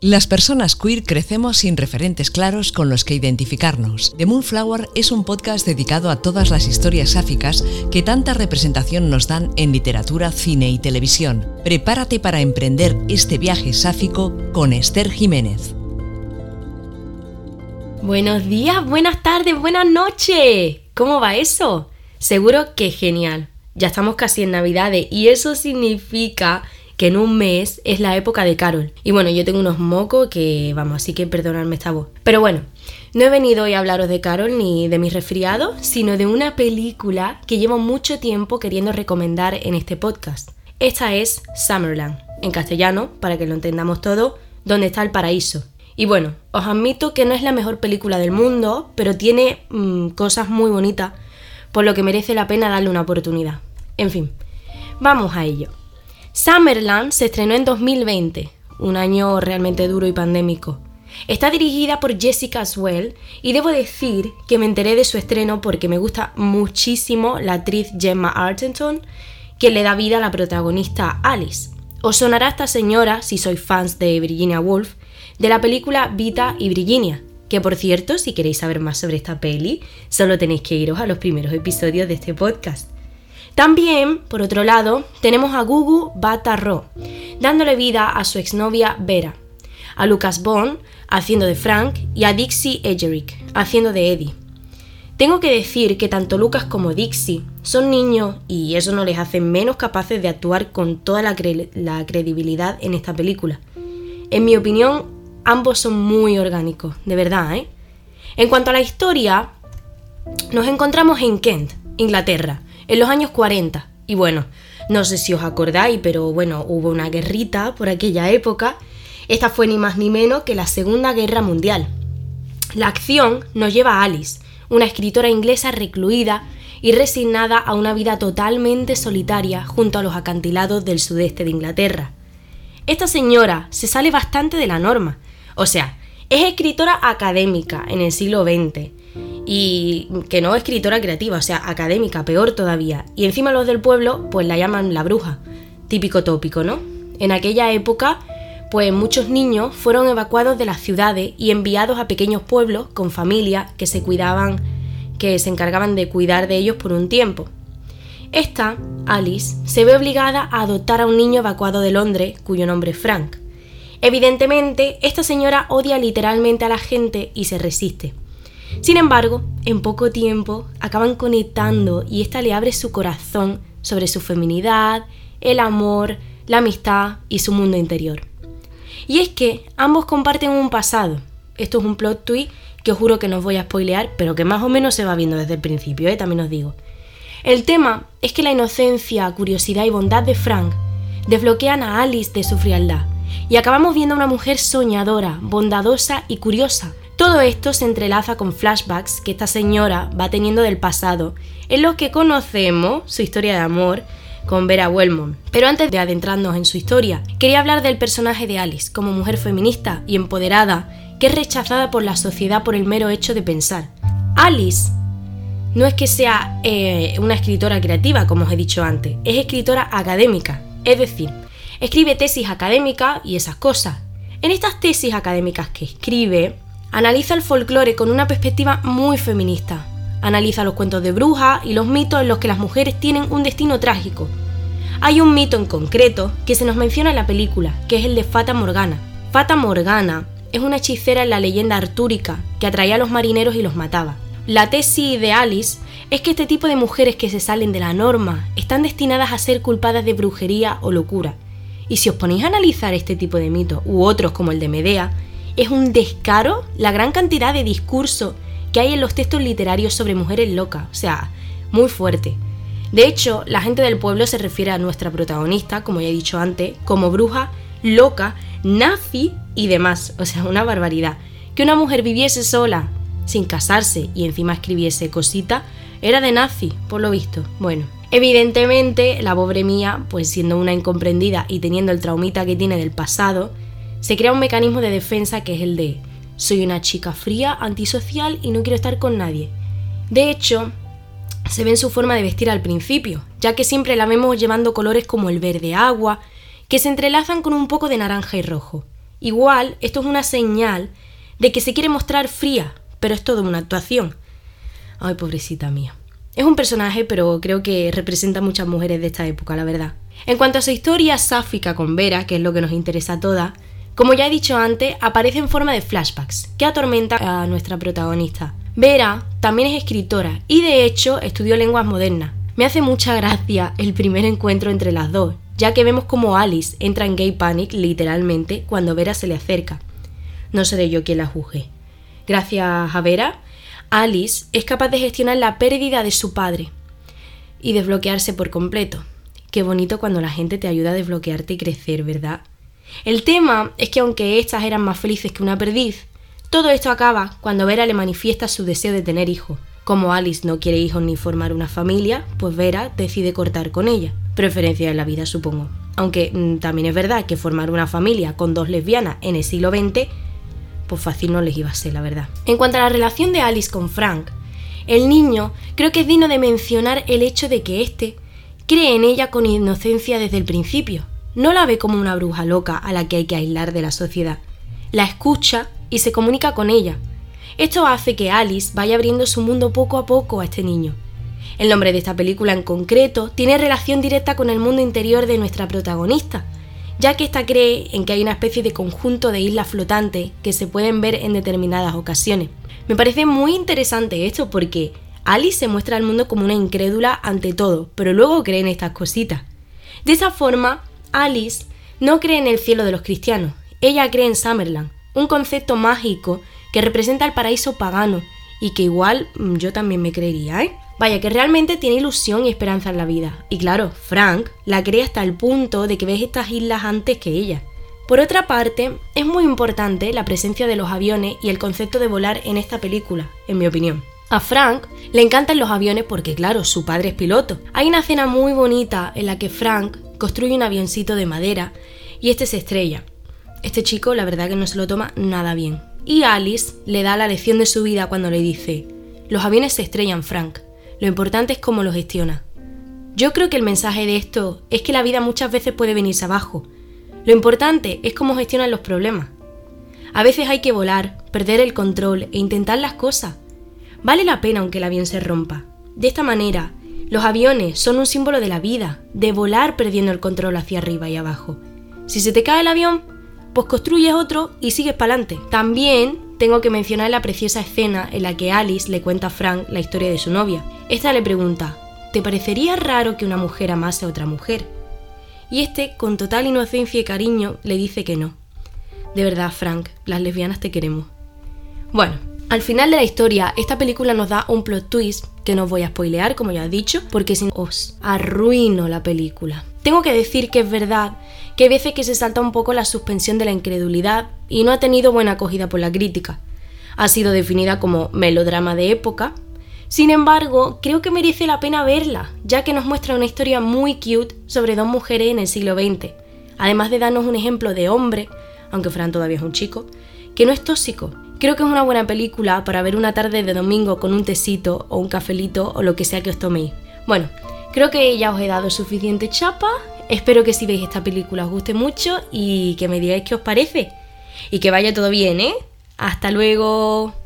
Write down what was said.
Las personas queer crecemos sin referentes claros con los que identificarnos. The Moonflower es un podcast dedicado a todas las historias sáficas que tanta representación nos dan en literatura, cine y televisión. Prepárate para emprender este viaje sáfico con Esther Jiménez. Buenos días, buenas tardes, buenas noches. ¿Cómo va eso? Seguro que genial. Ya estamos casi en Navidades y eso significa que en un mes es la época de Carol. Y bueno, yo tengo unos mocos que, así que perdonadme esta voz. Pero bueno, no he venido hoy a hablaros de Carol ni de mis resfriados, sino de una película que llevo mucho tiempo queriendo recomendar en este podcast. Esta es Summerland, en castellano, para que lo entendamos todo, donde está el paraíso. Y bueno, os admito que no es la mejor película del mundo, pero tiene cosas muy bonitas, por lo que merece la pena darle una oportunidad. En fin, vamos a ello. Summerland se estrenó en 2020, un año realmente duro y pandémico. Está dirigida por Jessica Swell y debo decir que me enteré de su estreno porque me gusta muchísimo la actriz Gemma Arterton, que le da vida a la protagonista Alice. Os sonará esta señora, si sois fans de Virginia Woolf, de la película Vita y Virginia, que por cierto, si queréis saber más sobre esta peli, solo tenéis que iros a los primeros episodios de este podcast. También, por otro lado, tenemos a Gugu Mbatha-Raw, dándole vida a su exnovia Vera, a Lucas Bond, haciendo de Frank, y a Dixie Edgerick, haciendo de Eddie. Tengo que decir que tanto Lucas como Dixie son niños y eso no les hace menos capaces de actuar con toda la credibilidad en esta película. En mi opinión, ambos son muy orgánicos, de verdad, ¿eh? En cuanto a la historia, nos encontramos en Kent, Inglaterra, en los años 40. Y bueno, no sé si os acordáis, pero bueno, hubo una guerrita por aquella época. Esta fue ni más ni menos que la Segunda Guerra Mundial. La acción nos lleva a Alice, una escritora inglesa recluida y resignada a una vida totalmente solitaria junto a los acantilados del sudeste de Inglaterra. Esta señora se sale bastante de la norma, o sea, es escritora académica en el siglo XX y que no escritora creativa, o sea, académica, peor todavía. Y encima los del pueblo pues la llaman la bruja, típico tópico, ¿no? En aquella época pues muchos niños fueron evacuados de las ciudades y enviados a pequeños pueblos con familias que se encargaban de cuidar de ellos por un tiempo. Esta, Alice, se ve obligada a adoptar a un niño evacuado de Londres, cuyo nombre es Frank. Evidentemente, esta señora odia literalmente a la gente y se resiste. Sin embargo, en poco tiempo acaban conectando y esta le abre su corazón sobre su feminidad, el amor, la amistad y su mundo interior. Y es que ambos comparten un pasado. Esto es un plot twist que os juro que no os voy a spoilear, pero que más o menos se va viendo desde el principio, también os digo. El tema es que la inocencia, curiosidad y bondad de Frank desbloquean a Alice de su frialdad y acabamos viendo a una mujer soñadora, bondadosa y curiosa. Todo esto se entrelaza con flashbacks que esta señora va teniendo del pasado, en los que conocemos su historia de amor con Vera Wellmont. Pero antes de adentrarnos en su historia, quería hablar del personaje de Alice como mujer feminista y empoderada que es rechazada por la sociedad por el mero hecho de pensar. Alice no es que sea una escritora creativa, como os he dicho antes, es escritora académica, es decir, escribe tesis académicas y esas cosas. En estas tesis académicas que escribe, analiza el folclore con una perspectiva muy feminista. Analiza los cuentos de brujas y los mitos en los que las mujeres tienen un destino trágico. Hay un mito en concreto que se nos menciona en la película, que es el de Fata Morgana. Fata Morgana es una hechicera en la leyenda artúrica que atraía a los marineros y los mataba. La tesis de Alice es que este tipo de mujeres que se salen de la norma están destinadas a ser culpadas de brujería o locura. Y si os ponéis a analizar este tipo de mitos u otros como el de Medea, es un descaro la gran cantidad de discurso que hay en los textos literarios sobre mujeres locas, o sea, muy fuerte. De hecho, la gente del pueblo se refiere a nuestra protagonista, como ya he dicho antes, como bruja, loca, nazi y demás, o sea, una barbaridad. Que una mujer viviese sola, sin casarse y encima escribiese cosita, era de nazi, por lo visto. Bueno, evidentemente, la pobre mía, pues siendo una incomprendida y teniendo el traumita que tiene del pasado, se crea un mecanismo de defensa que es el de soy una chica fría, antisocial y no quiero estar con nadie. De hecho, se ve en su forma de vestir al principio, ya que siempre la vemos llevando colores como el verde agua, que se entrelazan con un poco de naranja y rojo. Igual, esto es una señal de que se quiere mostrar fría, pero es todo una actuación. Ay, pobrecita mía. Es un personaje, pero creo que representa a muchas mujeres de esta época, la verdad. En cuanto a su historia sáfica con Vera, que es lo que nos interesa a todas, como ya he dicho antes, aparece en forma de flashbacks, que atormenta a nuestra protagonista. Vera también es escritora y de hecho estudió lenguas modernas. Me hace mucha gracia el primer encuentro entre las dos, ya que vemos como Alice entra en gay panic literalmente cuando Vera se le acerca. No seré yo quien la juzgue. Gracias a Vera, Alice es capaz de gestionar la pérdida de su padre y desbloquearse por completo. Qué bonito cuando la gente te ayuda a desbloquearte y crecer, ¿verdad? El tema es que aunque estas eran más felices que una perdiz, todo esto acaba cuando Vera le manifiesta su deseo de tener hijos. Como Alice no quiere hijos ni formar una familia, pues Vera decide cortar con ella. Preferencia en la vida, supongo. Aunque también es verdad que formar una familia con 2 lesbianas en el siglo XX, pues fácil no les iba a ser, la verdad. En cuanto a la relación de Alice con Frank, el niño creo que es digno de mencionar el hecho de que éste cree en ella con inocencia desde el principio. No la ve como una bruja loca a la que hay que aislar de la sociedad. La escucha y se comunica con ella. Esto hace que Alice vaya abriendo su mundo poco a poco a este niño. El nombre de esta película en concreto tiene relación directa con el mundo interior de nuestra protagonista, ya que ésta cree en que hay una especie de conjunto de islas flotantes que se pueden ver en determinadas ocasiones. Me parece muy interesante esto porque Alice se muestra al mundo como una incrédula ante todo, pero luego cree en estas cositas. De esa forma, Alice no cree en el cielo de los cristianos, ella cree en Summerland, un concepto mágico que representa el paraíso pagano y que igual yo también me creería, ¿eh? Vaya, que realmente tiene ilusión y esperanza en la vida. Y claro, Frank la cree hasta el punto de que ves estas islas antes que ella. Por otra parte, es muy importante la presencia de los aviones y el concepto de volar en esta película, en mi opinión. A Frank le encantan los aviones porque, claro, su padre es piloto. Hay una escena muy bonita en la que Frank construye un avioncito de madera y este se estrella. Este chico, la verdad que no se lo toma nada bien. Y Alice le da la lección de su vida cuando le dice: los aviones se estrellan, Frank. Lo importante es cómo lo gestiona. Yo creo que el mensaje de esto es que la vida muchas veces puede venirse abajo. Lo importante es cómo gestionan los problemas. A veces hay que volar, perder el control e intentar las cosas. Vale la pena aunque el avión se rompa. De esta manera, los aviones son un símbolo de la vida, de volar perdiendo el control hacia arriba y abajo. Si se te cae el avión, pues construyes otro y sigues para adelante. También tengo que mencionar la preciosa escena en la que Alice le cuenta a Frank la historia de su novia. Esta le pregunta: ¿te parecería raro que una mujer amase a otra mujer? Y este, con total inocencia y cariño, le dice que no. De verdad, Frank, las lesbianas te queremos. Bueno, al final de la historia, esta película nos da un plot twist que no os voy a spoilear, como ya he dicho, porque si no os arruino la película. Tengo que decir que es verdad que hay veces que se salta un poco la suspensión de la incredulidad y no ha tenido buena acogida por la crítica. Ha sido definida como melodrama de época. Sin embargo, creo que merece la pena verla, ya que nos muestra una historia muy cute sobre 2 mujeres en el siglo XX, además de darnos un ejemplo de hombre, aunque Fran todavía es un chico, que no es tóxico. Creo que es una buena película para ver una tarde de domingo con un tecito o un cafelito o lo que sea que os toméis. Bueno, creo que ya os he dado suficiente chapa. Espero que si veis esta película os guste mucho y que me digáis qué os parece. Y que vaya todo bien, ¿eh? ¡Hasta luego!